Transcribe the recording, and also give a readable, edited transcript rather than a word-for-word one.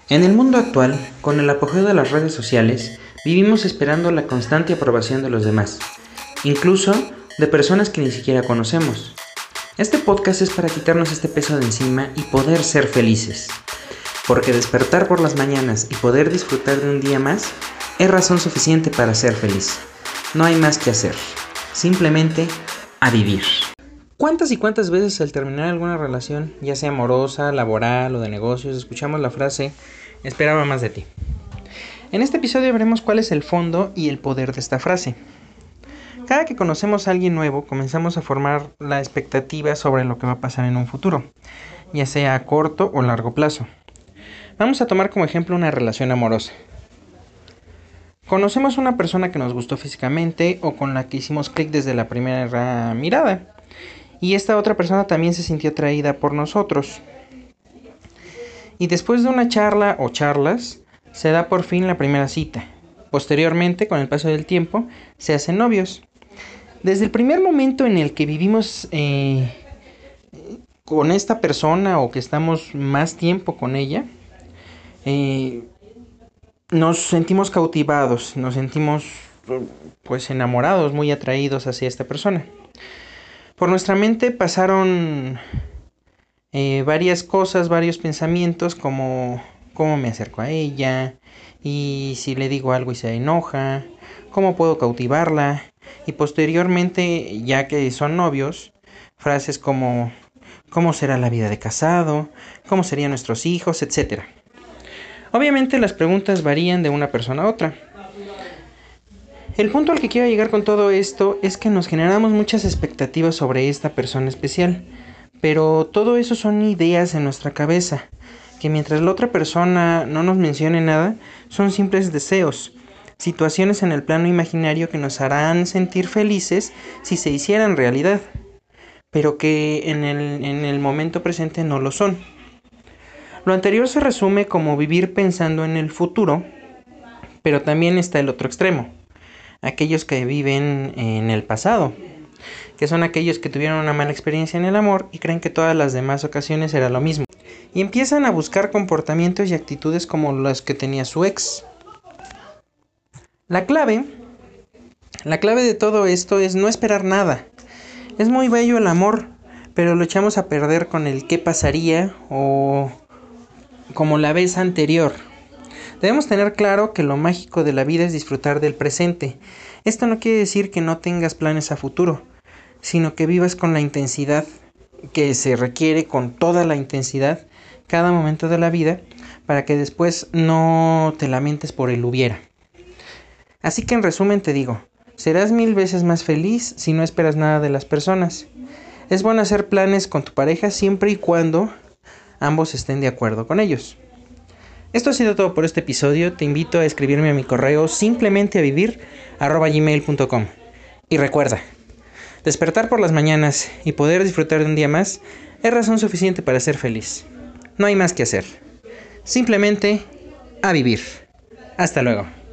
En el mundo actual, con el apogeo de las redes sociales, vivimos esperando la constante aprobación de los demás, incluso de personas que ni siquiera conocemos. Este podcast es para quitarnos este peso de encima y poder ser felices, porque despertar por las mañanas y poder disfrutar de un día más es razón suficiente para ser feliz. No hay más que hacer, simplemente a vivir. ¿Cuántas y cuántas veces al terminar alguna relación, ya sea amorosa, laboral o de negocios, escuchamos la frase "esperaba más de ti"? En este episodio veremos cuál es el fondo y el poder de esta frase. Cada que conocemos a alguien nuevo, comenzamos a formar la expectativa sobre lo que va a pasar en un futuro, ya sea a corto o largo plazo. Vamos a tomar como ejemplo una relación amorosa. Conocemos a una persona que nos gustó físicamente o con la que hicimos clic desde la primera mirada. Y esta otra persona también se sintió atraída por nosotros. Y después de una charla o charlas, se da por fin la primera cita. Posteriormente, con el paso del tiempo, se hacen novios. Desde el primer momento en el que vivimos con esta persona o que estamos más tiempo con ella, nos sentimos cautivados, nos sentimos pues enamorados, muy atraídos hacia esta persona. Por nuestra mente pasaron varias cosas, varios pensamientos como cómo me acerco a ella y si le digo algo y se enoja, cómo puedo cautivarla y posteriormente, ya que son novios, frases como cómo será la vida de casado, cómo serían nuestros hijos, etc. Obviamente las preguntas varían de una persona a otra. El punto al que quiero llegar con todo esto es que nos generamos muchas expectativas sobre esta persona especial, pero todo eso son ideas en nuestra cabeza, que mientras la otra persona no nos mencione nada, son simples deseos, situaciones en el plano imaginario que nos harán sentir felices si se hicieran realidad, pero que en el momento presente no lo son. Lo anterior se resume como vivir pensando en el futuro, pero también está el otro extremo. Aquellos que viven en el pasado, que son aquellos que tuvieron una mala experiencia en el amor y creen que todas las demás ocasiones era lo mismo. Y empiezan a buscar comportamientos y actitudes como las que tenía su ex. La clave de todo esto es no esperar nada. Es muy bello el amor, pero lo echamos a perder con el qué pasaría o como la vez anterior. Debemos tener claro que lo mágico de la vida es disfrutar del presente. Esto no quiere decir que no tengas planes a futuro, sino que vivas con la intensidad que se requiere, con toda la intensidad, cada momento de la vida, para que después no te lamentes por el hubiera. Así que en resumen te digo, serás 1000 veces más feliz si no esperas nada de las personas. Es bueno hacer planes con tu pareja siempre y cuando ambos estén de acuerdo con ellos. Esto ha sido todo por este episodio. Te invito a escribirme a mi correo simplementeavivir@gmail.com. Y recuerda, despertar por las mañanas y poder disfrutar de un día más es razón suficiente para ser feliz. No hay más que hacer. Simplemente a vivir. Hasta luego.